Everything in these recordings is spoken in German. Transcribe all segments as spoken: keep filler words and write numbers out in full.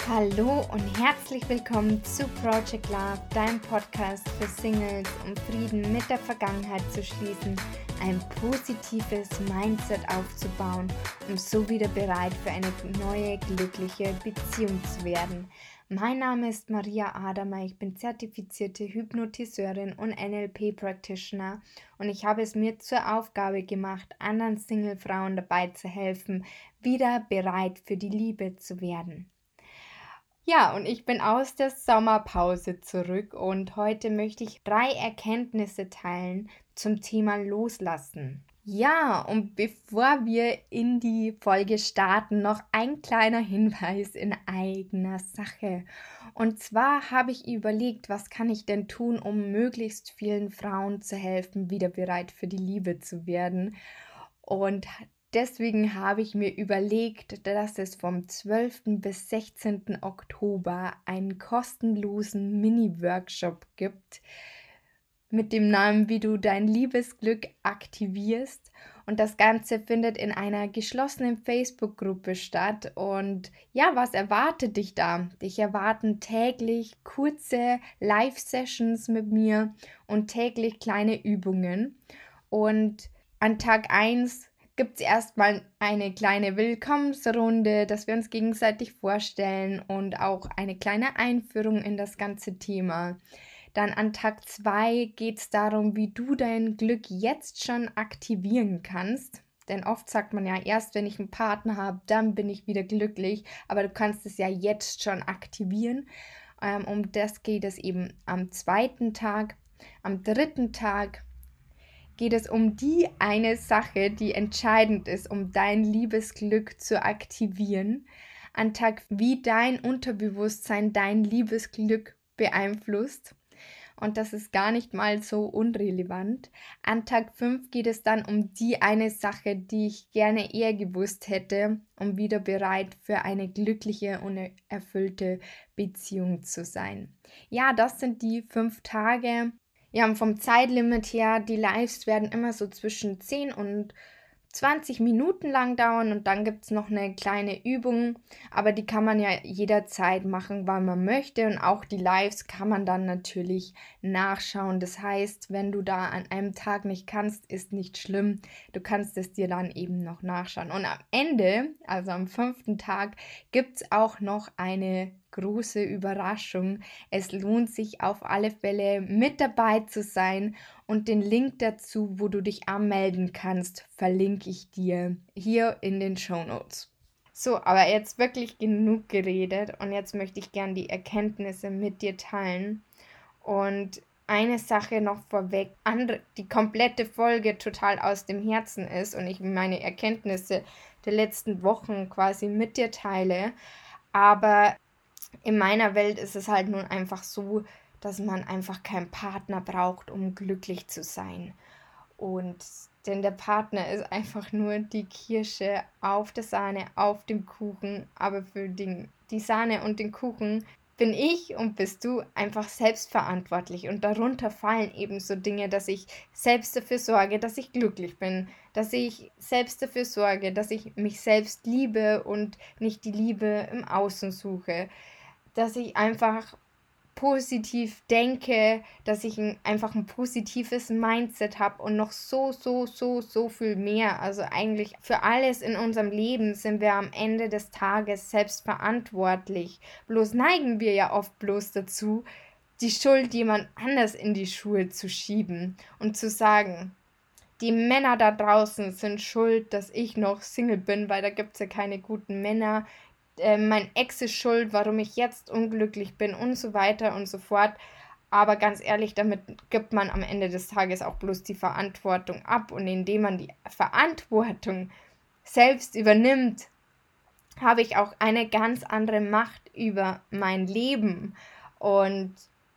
Hallo und herzlich willkommen zu Project Love, deinem Podcast für Singles, um Frieden mit der Vergangenheit zu schließen, ein positives Mindset aufzubauen, um so wieder bereit für eine neue, glückliche Beziehung zu werden. Mein Name ist Maria Adamer, ich bin zertifizierte Hypnotiseurin und N L P-Practitioner und ich habe es mir zur Aufgabe gemacht, anderen Single-Frauen dabei zu helfen, wieder bereit für die Liebe zu werden. Ja, und ich bin aus der Sommerpause zurück und heute möchte ich drei Erkenntnisse teilen zum Thema Loslassen. Ja, und bevor wir in die Folge starten, noch ein kleiner Hinweis in eigener Sache. Und zwar habe ich überlegt, was kann ich denn tun, um möglichst vielen Frauen zu helfen, wieder bereit für die Liebe zu werden. Und deswegen habe ich mir überlegt, dass es vom zwölften bis sechzehnten Oktober einen kostenlosen Mini-Workshop gibt mit dem Namen Wie du dein Liebesglück aktivierst. Und das Ganze findet in einer geschlossenen Facebook-Gruppe statt. Und ja, was erwartet dich da? Dich erwarten täglich kurze Live-Sessions mit mir und täglich kleine Übungen. Und an Tag eins gibt es erstmal eine kleine Willkommensrunde, dass wir uns gegenseitig vorstellen und auch eine kleine Einführung in das ganze Thema. Dann an Tag zwei geht es darum, wie du dein Glück jetzt schon aktivieren kannst. Denn oft sagt man ja, erst wenn ich einen Partner habe, dann bin ich wieder glücklich. Aber du kannst es ja jetzt schon aktivieren. Ähm, um das geht es eben am zweiten Tag. Am dritten Tag geht es um die eine Sache, die entscheidend ist, um dein Liebesglück zu aktivieren. An Tag, wie dein Unterbewusstsein dein Liebesglück beeinflusst. Und das ist gar nicht mal so unrelevant. An Tag fünf geht es dann um die eine Sache, die ich gerne eher gewusst hätte, um wieder bereit für eine glückliche und erfüllte Beziehung zu sein. Ja, das sind die fünf Tage. Ja, und vom Zeitlimit her, die Lives werden immer so zwischen zehn und zwanzig Minuten lang dauern und dann gibt es noch eine kleine Übung, aber die kann man ja jederzeit machen, wann man möchte, und auch die Lives kann man dann natürlich nachschauen. Das heißt, wenn du da an einem Tag nicht kannst, ist nicht schlimm, du kannst es dir dann eben noch nachschauen. Und am Ende, also am fünften Tag, gibt es auch noch eine große Überraschung. Es lohnt sich auf alle Fälle mit dabei zu sein und den Link dazu, wo du dich anmelden kannst, verlinke ich dir hier in den Shownotes. So, aber jetzt wirklich genug geredet und jetzt möchte ich gerne die Erkenntnisse mit dir teilen. Und eine Sache noch vorweg, andere, die komplette Folge total aus dem Herzen ist und ich meine Erkenntnisse der letzten Wochen quasi mit dir teile, aber in meiner Welt ist es halt nun einfach so, dass man einfach keinen Partner braucht, um glücklich zu sein. Und denn der Partner ist einfach nur die Kirsche auf der Sahne, auf dem Kuchen. Aber für den, die Sahne und den Kuchen bin ich und bist du einfach selbstverantwortlich. Und darunter fallen eben so Dinge, dass ich selbst dafür sorge, dass ich glücklich bin. Dass ich selbst dafür sorge, dass ich mich selbst liebe und nicht die Liebe im Außen suche. Dass ich einfach positiv denke, dass ich ein, einfach ein positives Mindset habe und noch so, so, so, so viel mehr. Also eigentlich für alles in unserem Leben sind wir am Ende des Tages selbst verantwortlich. Bloß neigen wir ja oft bloß dazu, die Schuld jemand anders in die Schuhe zu schieben und zu sagen, die Männer da draußen sind schuld, dass ich noch Single bin, weil da gibt es ja keine guten Männer. Mein Ex ist schuld, warum ich jetzt unglücklich bin und so weiter und so fort. Aber ganz ehrlich, damit gibt man am Ende des Tages auch bloß die Verantwortung ab. Und indem man die Verantwortung selbst übernimmt, habe ich auch eine ganz andere Macht über mein Leben und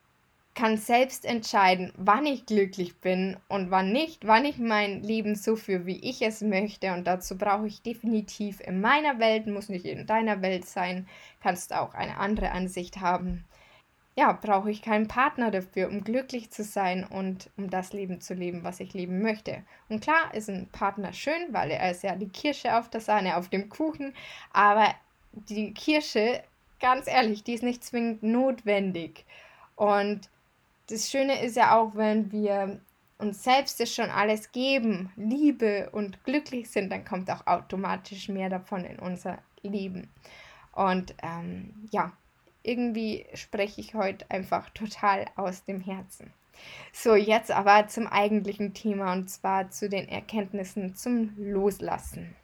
kann selbst entscheiden, wann ich glücklich bin und wann nicht, wann ich mein Leben so führe, wie ich es möchte. Und dazu brauche ich definitiv in meiner Welt, muss nicht in deiner Welt sein, kannst auch eine andere Ansicht haben. Ja, brauche ich keinen Partner dafür, um glücklich zu sein und um das Leben zu leben, was ich leben möchte. Und klar ist ein Partner schön, weil er ist ja die Kirsche auf der Sahne, auf dem Kuchen, aber die Kirsche ganz ehrlich, die ist nicht zwingend notwendig. Und das Schöne ist ja auch, wenn wir uns selbst das schon alles geben, Liebe und glücklich sind, dann kommt auch automatisch mehr davon in unser Leben. Und ähm, ja, irgendwie spreche ich heute einfach total aus dem Herzen. So, jetzt aber zum eigentlichen Thema, und zwar zu den Erkenntnissen zum Loslassen.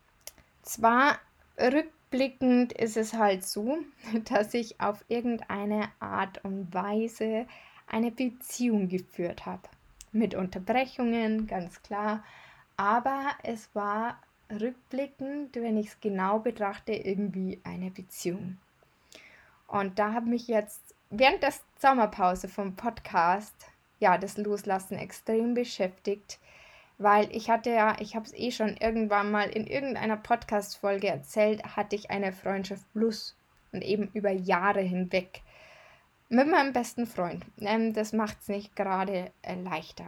Zwar rückblickend ist es halt so, dass ich auf irgendeine Art und Weise eine Beziehung geführt habe. Mit Unterbrechungen, ganz klar. Aber es war rückblickend, wenn ich es genau betrachte, irgendwie eine Beziehung. Und da habe mich jetzt während der Sommerpause vom Podcast, ja, das Loslassen extrem beschäftigt, weil ich hatte ja, ich habe es eh schon irgendwann mal in irgendeiner Podcast-Folge erzählt, hatte ich eine Freundschaft plus und eben über Jahre hinweg mit meinem besten Freund. Ähm, das macht es nicht gerade äh, leichter.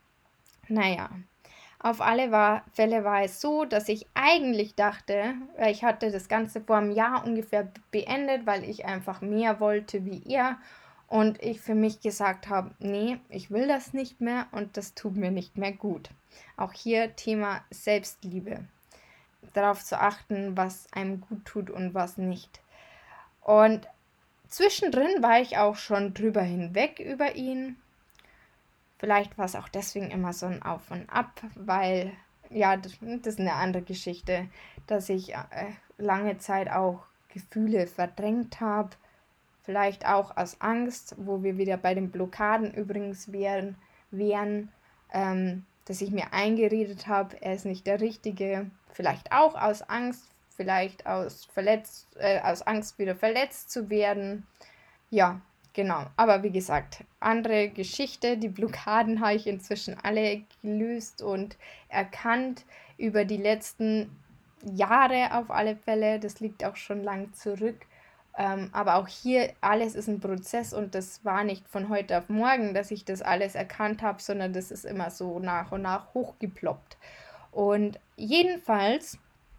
Naja, auf alle war, Fälle war es so, dass ich eigentlich dachte, ich hatte das Ganze vor einem Jahr ungefähr beendet, weil ich einfach mehr wollte wie er und ich für mich gesagt habe, nee, ich will das nicht mehr und das tut mir nicht mehr gut. Auch hier Thema Selbstliebe. Darauf zu achten, was einem gut tut und was nicht. Und zwischendrin war ich auch schon drüber hinweg über ihn. Vielleicht war es auch deswegen immer so ein Auf und Ab, weil, ja, das, das ist eine andere Geschichte, dass ich äh, lange Zeit auch Gefühle verdrängt habe. Vielleicht auch aus Angst, wo wir wieder bei den Blockaden übrigens wären, wären ähm, dass ich mir eingeredet habe, er ist nicht der Richtige. Vielleicht auch aus Angst, vielleicht aus, verletzt, äh, aus Angst, wieder verletzt zu werden. Ja, genau. Aber wie gesagt, andere Geschichte. Die Blockaden habe ich inzwischen alle gelöst und erkannt über die letzten Jahre auf alle Fälle. Das liegt auch schon lang zurück. Ähm, aber auch hier, alles ist ein Prozess und das war nicht von heute auf morgen, dass ich das alles erkannt habe, sondern das ist immer so nach und nach hochgeploppt. Und jedenfalls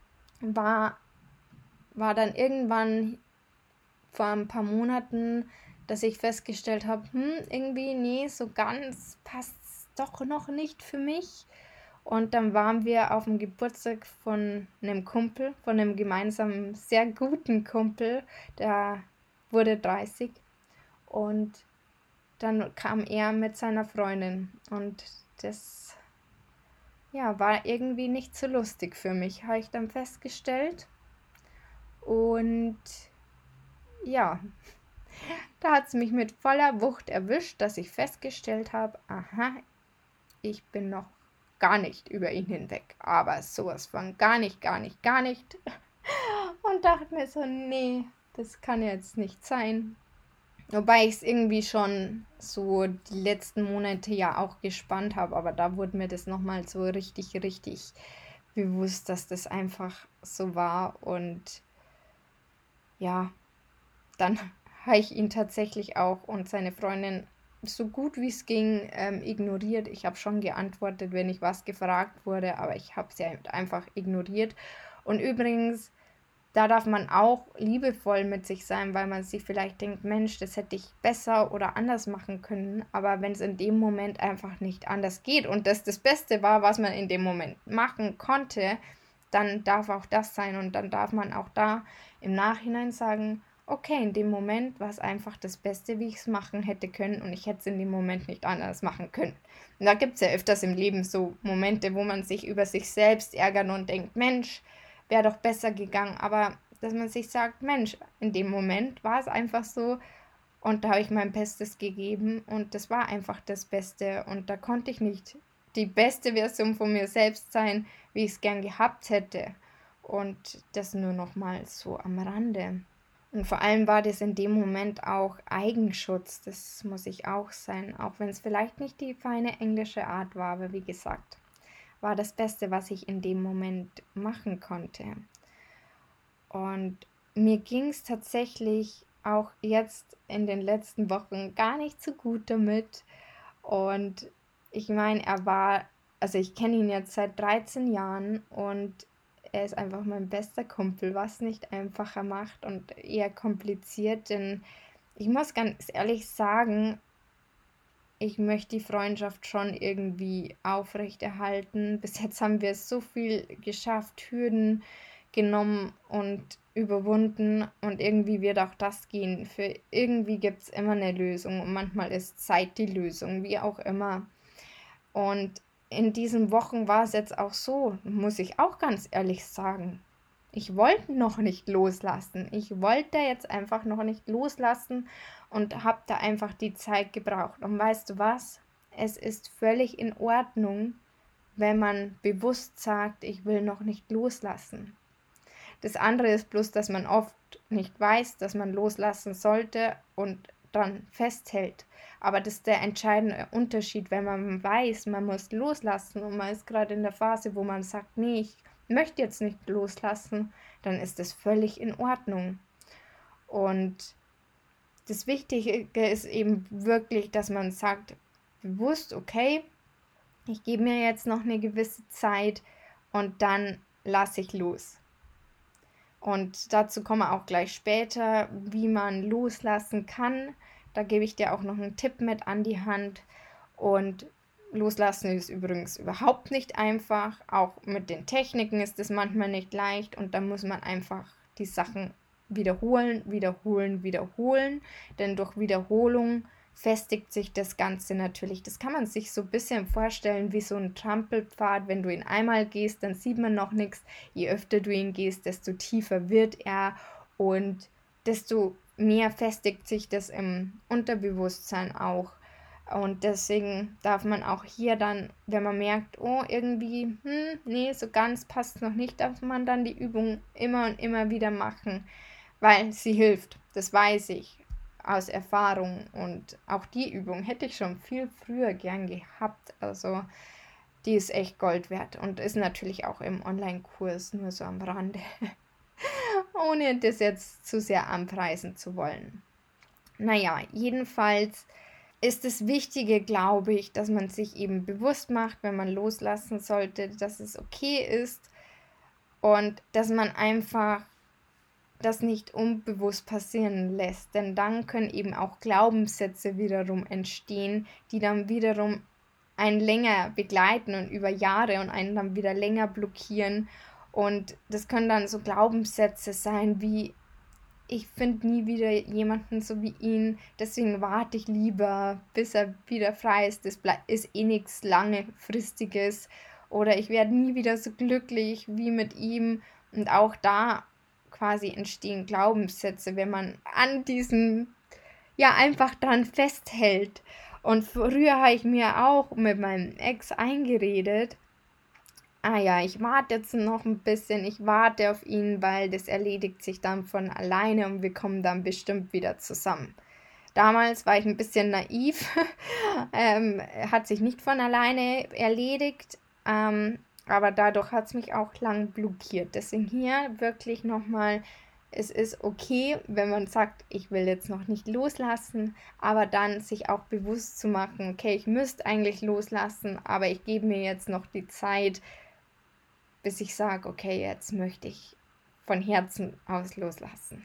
war, war dann irgendwann vor ein paar Monaten, dass ich festgestellt habe, hm, irgendwie, nee, so ganz passt es doch noch nicht für mich. Und dann waren wir auf dem Geburtstag von einem Kumpel, von einem gemeinsamen, sehr guten Kumpel, der wurde dreißig. Und dann kam er mit seiner Freundin. Und das, ja, war irgendwie nicht so lustig für mich, habe ich dann festgestellt. Und ja, da hat es mich mit voller Wucht erwischt, dass ich festgestellt habe, aha, ich bin noch gar nicht über ihn hinweg. Aber sowas von gar nicht, gar nicht, gar nicht. Und dachte mir so, nee, das kann jetzt nicht sein. Wobei ich es irgendwie schon so die letzten Monate ja auch gespannt habe, aber da wurde mir das nochmal so richtig, richtig bewusst, dass das einfach so war. Und ja, dann habe ich ihn tatsächlich auch und seine Freundin so gut wie es ging ähm, ignoriert. Ich habe schon geantwortet, wenn ich was gefragt wurde, aber ich habe sie einfach ignoriert. Und übrigens, da darf man auch liebevoll mit sich sein, weil man sich vielleicht denkt, Mensch, das hätte ich besser oder anders machen können. Aber wenn es in dem Moment einfach nicht anders geht und das das Beste war, was man in dem Moment machen konnte, dann darf auch das sein. Und dann darf man auch da im Nachhinein sagen, okay, in dem Moment war es einfach das Beste, wie ich es machen hätte können und ich hätte es in dem Moment nicht anders machen können. Und da gibt es ja öfters im Leben so Momente, wo man sich über sich selbst ärgert und denkt, Mensch, wäre doch besser gegangen. Aber dass man sich sagt, Mensch, in dem Moment war es einfach so und da habe ich mein Bestes gegeben und das war einfach das Beste und da konnte ich nicht die beste Version von mir selbst sein, wie ich es gern gehabt hätte. Und das nur noch mal so am Rande. Und vor allem war das in dem Moment auch Eigenschutz, das muss ich auch sein, auch wenn es vielleicht nicht die feine englische Art war, aber wie gesagt, war das Beste, was ich in dem Moment machen konnte. Und mir ging es tatsächlich auch jetzt in den letzten Wochen gar nicht so gut damit. Und ich meine, er war, also ich kenne ihn jetzt seit dreizehn Jahren und er ist einfach mein bester Kumpel, was nicht einfacher macht und eher kompliziert, denn ich muss ganz ehrlich sagen, ich möchte die Freundschaft schon irgendwie aufrechterhalten. Bis jetzt haben wir so viel geschafft, Hürden genommen und überwunden und irgendwie wird auch das gehen. Für irgendwie gibt es immer eine Lösung und manchmal ist Zeit die Lösung, wie auch immer. Und in diesen Wochen war es jetzt auch so, muss ich auch ganz ehrlich sagen. Ich wollte noch nicht loslassen. Ich wollte jetzt einfach noch nicht loslassen und habe da einfach die Zeit gebraucht. Und weißt du was? Es ist völlig in Ordnung, wenn man bewusst sagt, ich will noch nicht loslassen. Das andere ist bloß, dass man oft nicht weiß, dass man loslassen sollte und dann festhält. Aber das ist der entscheidende Unterschied, wenn man weiß, man muss loslassen und man ist gerade in der Phase, wo man sagt, nee, ich möchte jetzt nicht loslassen, dann ist das völlig in Ordnung. Und das Wichtige ist eben wirklich, dass man sagt, bewusst, okay, ich gebe mir jetzt noch eine gewisse Zeit und dann lasse ich los. Und dazu kommen wir auch gleich später, wie man loslassen kann. Da gebe ich dir auch noch einen Tipp mit an die Hand. Und loslassen ist übrigens überhaupt nicht einfach. Auch mit den Techniken ist es manchmal nicht leicht. Und da muss man einfach die Sachen wiederholen, wiederholen, wiederholen. Denn durch Wiederholung festigt sich das Ganze natürlich. Das kann man sich so ein bisschen vorstellen wie so ein Trampelpfad. Wenn du ihn einmal gehst, dann sieht man noch nichts. Je öfter du ihn gehst, desto tiefer wird er und desto mehr festigt sich das im Unterbewusstsein auch. Und deswegen darf man auch hier dann, wenn man merkt, oh, irgendwie, hm, nee, so ganz passt noch nicht, darf man dann die Übung immer und immer wieder machen, weil sie hilft. Das weiß ich aus Erfahrung und auch die Übung hätte ich schon viel früher gern gehabt, also die ist echt Gold wert und ist natürlich auch im Online-Kurs, nur so am Rande, ohne das jetzt zu sehr anpreisen zu wollen. Naja, jedenfalls ist das Wichtige, glaube ich, dass man sich eben bewusst macht, wenn man loslassen sollte, dass es okay ist und dass man einfach das nicht unbewusst passieren lässt, denn dann können eben auch Glaubenssätze wiederum entstehen, die dann wiederum einen länger begleiten und über Jahre und einen dann wieder länger blockieren und das können dann so Glaubenssätze sein wie, ich finde nie wieder jemanden so wie ihn, deswegen warte ich lieber, bis er wieder frei ist, das ist eh nichts langfristiges oder ich werde nie wieder so glücklich wie mit ihm und auch da quasi entstehen Glaubenssätze, wenn man an diesen, ja, einfach dran festhält. Und früher habe ich mir auch mit meinem Ex eingeredet, ah ja, ich warte jetzt noch ein bisschen, ich warte auf ihn, weil das erledigt sich dann von alleine und wir kommen dann bestimmt wieder zusammen. Damals war ich ein bisschen naiv, ähm, hat sich nicht von alleine erledigt, ähm, aber dadurch hat es mich auch lang blockiert. Deswegen hier wirklich nochmal, es ist okay, wenn man sagt, ich will jetzt noch nicht loslassen, aber dann sich auch bewusst zu machen, okay, ich müsste eigentlich loslassen, aber ich gebe mir jetzt noch die Zeit, bis ich sage, okay, jetzt möchte ich von Herzen aus loslassen.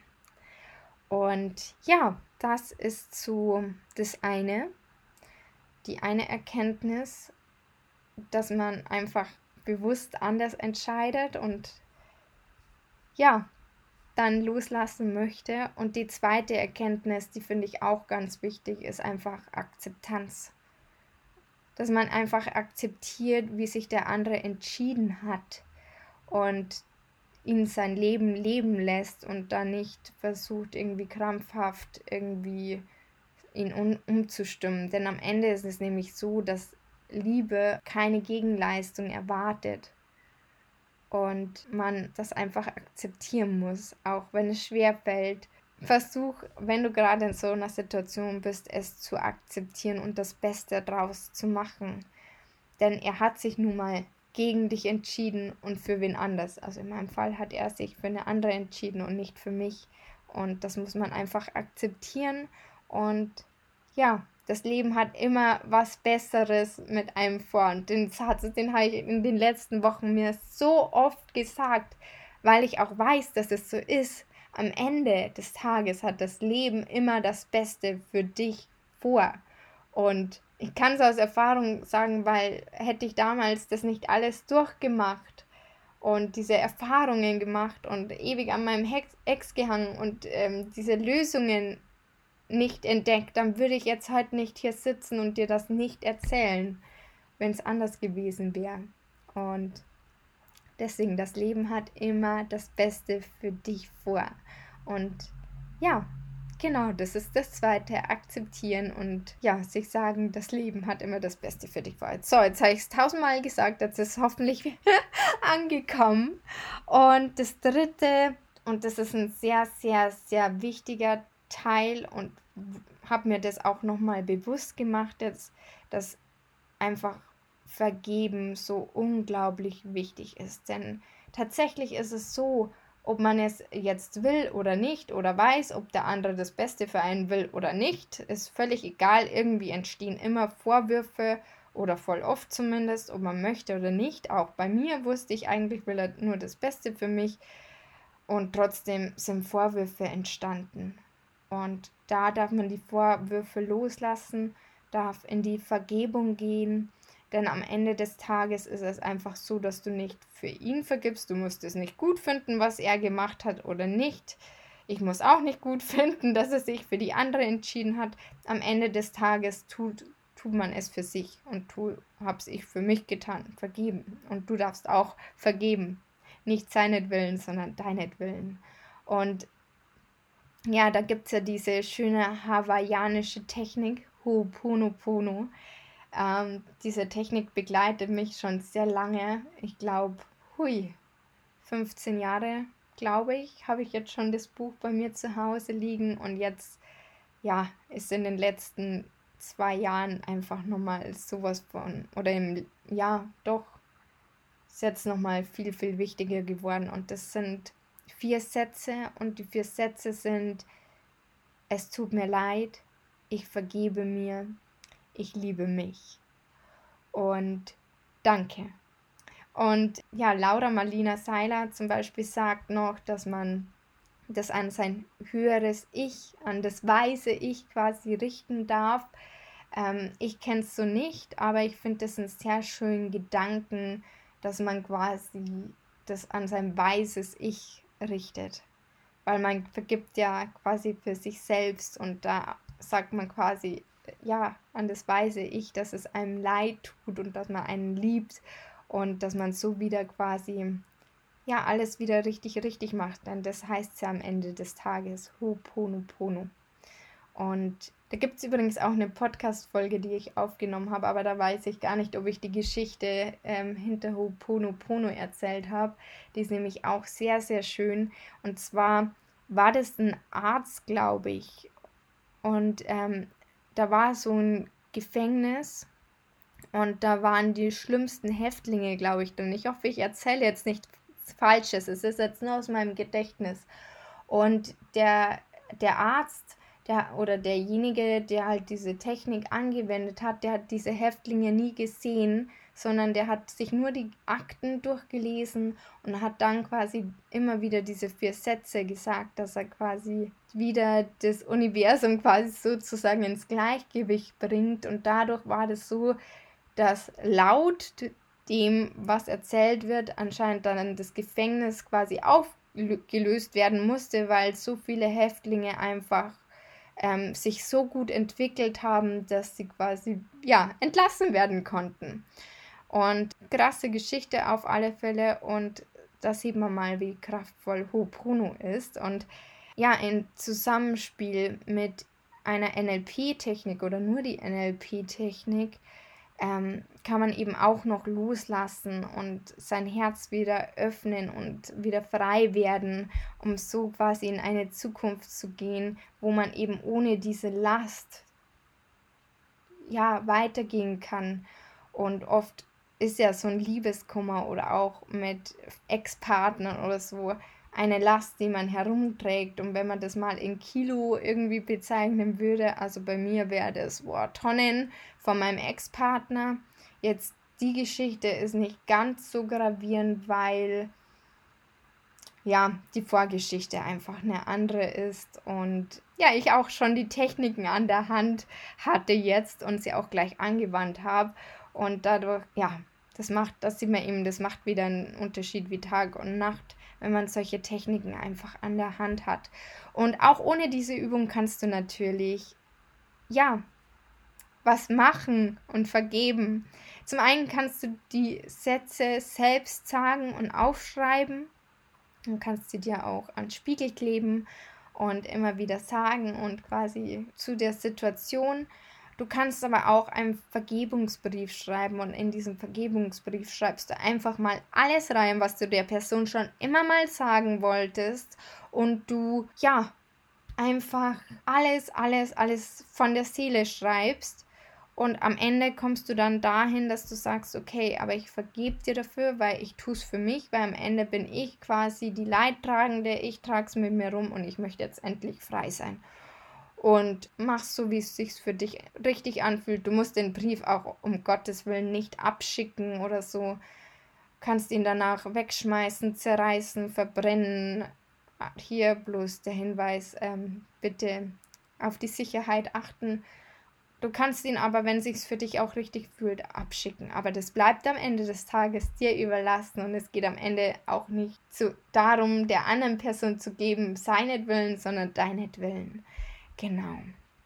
Und ja, das ist so das eine, die eine Erkenntnis, dass man einfach bewusst anders entscheidet und ja, dann loslassen möchte. Und die zweite Erkenntnis, die finde ich auch ganz wichtig, ist einfach Akzeptanz. Dass man einfach akzeptiert, wie sich der andere entschieden hat und ihn sein Leben leben lässt und dann nicht versucht, irgendwie krampfhaft irgendwie ihn um, umzustimmen. Denn am Ende ist es nämlich so, dass Liebe keine Gegenleistung erwartet und man das einfach akzeptieren muss, auch wenn es schwerfällt. Versuch, wenn du gerade in so einer Situation bist, es zu akzeptieren und das Beste draus zu machen. Denn er hat sich nun mal gegen dich entschieden und für wen anders. Also in meinem Fall hat er sich für eine andere entschieden und nicht für mich. Und das muss man einfach akzeptieren und ja, das Leben hat immer was Besseres mit einem vor. Und den Satz, den habe ich in den letzten Wochen mir so oft gesagt, weil ich auch weiß, dass es so ist. Am Ende des Tages hat das Leben immer das Beste für dich vor. Und ich kann es aus Erfahrung sagen, weil hätte ich damals das nicht alles durchgemacht und diese Erfahrungen gemacht und ewig an meinem Ex gehangen und ähm, diese Lösungen nicht entdeckt, dann würde ich jetzt heute nicht hier sitzen und dir das nicht erzählen, wenn es anders gewesen wäre. Und deswegen, das Leben hat immer das Beste für dich vor. Und ja, genau, das ist das Zweite, akzeptieren und ja, sich sagen, das Leben hat immer das Beste für dich vor. So, jetzt habe ich es tausendmal gesagt, jetzt ist es hoffentlich angekommen. Und das Dritte, und das ist ein sehr, sehr, sehr wichtiger Teil und habe mir das auch nochmal bewusst gemacht, jetzt, dass einfach Vergeben so unglaublich wichtig ist. Denn tatsächlich ist es so, ob man es jetzt will oder nicht oder weiß, ob der andere das Beste für einen will oder nicht, ist völlig egal. Irgendwie entstehen immer Vorwürfe oder voll oft zumindest, ob man möchte oder nicht. Auch bei mir wusste ich, eigentlich will er nur das Beste für mich und trotzdem sind Vorwürfe entstanden. Und da darf man die Vorwürfe loslassen, darf in die Vergebung gehen, denn am Ende des Tages ist es einfach so, dass du nicht für ihn vergibst. Du musst es nicht gut finden, was er gemacht hat oder nicht. Ich muss auch nicht gut finden, dass er sich für die andere entschieden hat. Am Ende des Tages tut, tut man es für sich und tu, hab's ich für mich getan, vergeben. Und du darfst auch vergeben. Nicht seinetwillen, sondern deinetwillen. Und ja, da gibt es ja diese schöne hawaiianische Technik, Ho'oponopono. Ähm, diese Technik begleitet mich schon sehr lange. Ich glaube, hui, fünfzehn Jahre, glaube ich, habe ich jetzt schon das Buch bei mir zu Hause liegen. Und jetzt, ja, ist in den letzten zwei Jahren einfach nochmal sowas von, oder im, ja, doch, ist jetzt nochmal viel, viel wichtiger geworden. Und das sind vier Sätze und die vier Sätze sind: Es tut mir leid, ich vergebe mir, ich liebe mich und danke. Und ja, Laura Marlina Seiler zum Beispiel sagt noch, dass man das an sein höheres Ich, an das weise Ich quasi richten darf. Ähm, ich kenne es so nicht, aber ich finde das einen sehr schönen Gedanken, dass man quasi das an sein weises Ich richtet. Weil man vergibt ja quasi für sich selbst und da sagt man quasi, ja, an das weise Ich, dass es einem leid tut und dass man einen liebt und dass man so wieder quasi, ja, alles wieder richtig, richtig macht. Denn das heißt ja am Ende des Tages, Ho'oponopono. Und da gibt es übrigens auch eine Podcast-Folge, die ich aufgenommen habe, aber da weiß ich gar nicht, ob ich die Geschichte ähm, hinter Ho'oponopono erzählt habe. Die ist nämlich auch sehr, sehr schön. Und zwar war das ein Arzt, glaube ich. Und ähm, da war so ein Gefängnis und da waren die schlimmsten Häftlinge, glaube ich. Und ich hoffe, ich erzähle jetzt nichts Falsches. Es ist jetzt nur aus meinem Gedächtnis. Und der, der Arzt, der oder derjenige, der halt diese Technik angewendet hat, der hat diese Häftlinge nie gesehen, sondern der hat sich nur die Akten durchgelesen und hat dann quasi immer wieder diese vier Sätze gesagt, dass er quasi wieder das Universum quasi sozusagen ins Gleichgewicht bringt. Und dadurch war das so, dass laut dem, was erzählt wird, anscheinend dann das Gefängnis quasi aufgelöst werden musste, weil so viele Häftlinge einfach ähm, sich so gut entwickelt haben, dass sie quasi, ja, entlassen werden konnten. Und krasse Geschichte auf alle Fälle und da sieht man mal, wie kraftvoll Ho'oponopono ist. Und ja, im Zusammenspiel mit einer N L P-Technik oder nur die N L P-Technik ähm, kann man eben auch noch loslassen und sein Herz wieder öffnen und wieder frei werden, um so quasi in eine Zukunft zu gehen, wo man eben ohne diese Last ja weitergehen kann. Und oft ist ja so ein Liebeskummer oder auch mit Ex-Partnern oder so eine Last, die man herumträgt. Und wenn man das mal in Kilo irgendwie bezeichnen würde, also bei mir wäre das boah, Tonnen von meinem Ex-Partner. Jetzt die Geschichte ist nicht ganz so gravierend, weil ja, die Vorgeschichte einfach eine andere ist und ja, ich auch schon die Techniken an der Hand hatte jetzt und sie auch gleich angewandt habe und dadurch, ja, das macht, das sieht man eben, das macht wieder einen Unterschied wie Tag und Nacht, wenn man solche Techniken einfach an der Hand hat. Und auch ohne diese Übung kannst du natürlich, ja, was machen und vergeben. Zum einen kannst du die Sätze selbst sagen und aufschreiben. Du kannst sie dir auch an den Spiegel kleben und immer wieder sagen und quasi zu der Situation. Du kannst aber auch einen Vergebungsbrief schreiben und in diesem Vergebungsbrief schreibst du einfach mal alles rein, was du der Person schon immer mal sagen wolltest und du, ja, einfach alles, alles, alles von der Seele schreibst. Und am Ende kommst du dann dahin, dass du sagst, okay, aber ich vergebe dir dafür, weil ich tue es für mich, weil am Ende bin ich quasi die Leidtragende, ich trage es mit mir rum und ich möchte jetzt endlich frei sein. Und mach's so, wie es sich für dich richtig anfühlt. Du musst den Brief auch um Gottes Willen nicht abschicken oder so. Du kannst ihn danach wegschmeißen, zerreißen, verbrennen. Hier bloß der Hinweis, ähm, bitte auf die Sicherheit achten. Du kannst ihn aber, wenn es sich für dich auch richtig fühlt, abschicken. Aber das bleibt am Ende des Tages dir überlassen und es geht am Ende auch nicht zu, darum, der anderen Person zu geben, seinetwillen, sondern deinetwillen. Genau.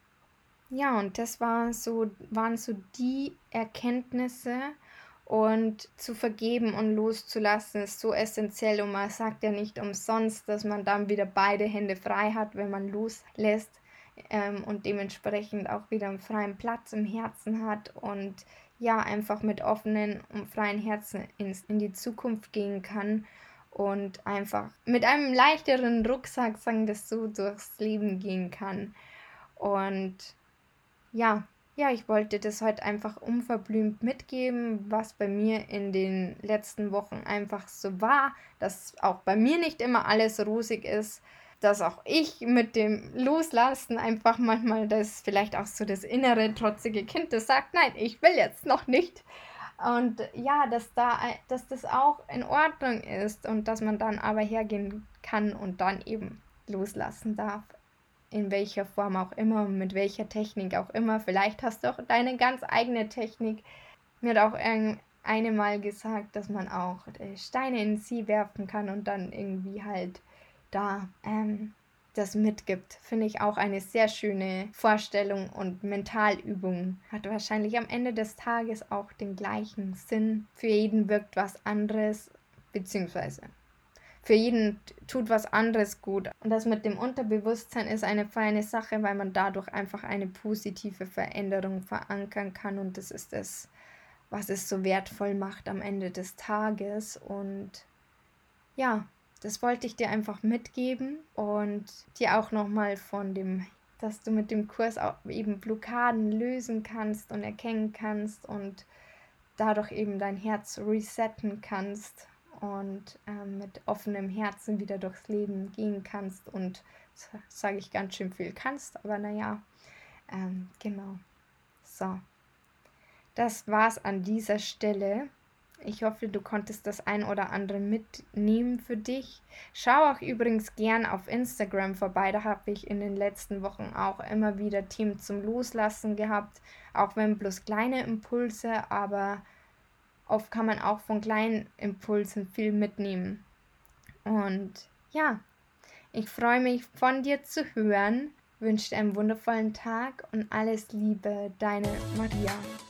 Ja, und das war so, waren so die Erkenntnisse und zu vergeben und loszulassen ist so essentiell und man sagt ja nicht umsonst, dass man dann wieder beide Hände frei hat, wenn man loslässt. Ähm, und dementsprechend auch wieder einen freien Platz im Herzen hat und ja, einfach mit offenen und freien Herzen ins, in die Zukunft gehen kann und einfach mit einem leichteren Rucksack, sagen wir es so, durchs Leben gehen kann. Und ja, ja, ich wollte das heute einfach unverblümt mitgeben, was bei mir in den letzten Wochen einfach so war, dass auch bei mir nicht immer alles rosig ist, dass auch ich mit dem Loslassen einfach manchmal das vielleicht auch so das innere trotzige Kind, das sagt, nein, ich will jetzt noch nicht. Und ja, dass da, dass das auch in Ordnung ist und dass man dann aber hergehen kann und dann eben loslassen darf. In welcher Form auch immer, mit welcher Technik auch immer. Vielleicht hast du auch deine ganz eigene Technik. Mir hat auch eine Mal gesagt, dass man auch Steine in sie werfen kann und dann irgendwie halt da ähm, das mitgibt. Finde ich auch eine sehr schöne Vorstellung und Mentalübung. Hat wahrscheinlich am Ende des Tages auch den gleichen Sinn. Für jeden wirkt was anderes, beziehungsweise für jeden tut was anderes gut. Und das mit dem Unterbewusstsein ist eine feine Sache, weil man dadurch einfach eine positive Veränderung verankern kann. Und das ist das, was es so wertvoll macht am Ende des Tages. Und ja, das wollte ich dir einfach mitgeben und dir auch nochmal von dem, dass du mit dem Kurs auch eben Blockaden lösen kannst und erkennen kannst und dadurch eben dein Herz resetten kannst und ähm, mit offenem Herzen wieder durchs Leben gehen kannst und, sage ich ganz schön viel kannst, aber naja, ähm, genau. So, das war's an dieser Stelle. Ich hoffe, du konntest das ein oder andere mitnehmen für dich. Schau auch übrigens gern auf Instagram vorbei. Da habe ich in den letzten Wochen auch immer wieder Themen zum Loslassen gehabt. Auch wenn bloß kleine Impulse, aber oft kann man auch von kleinen Impulsen viel mitnehmen. Und ja, ich freue mich, von dir zu hören. Wünsche dir einen wundervollen Tag und alles Liebe, deine Maria.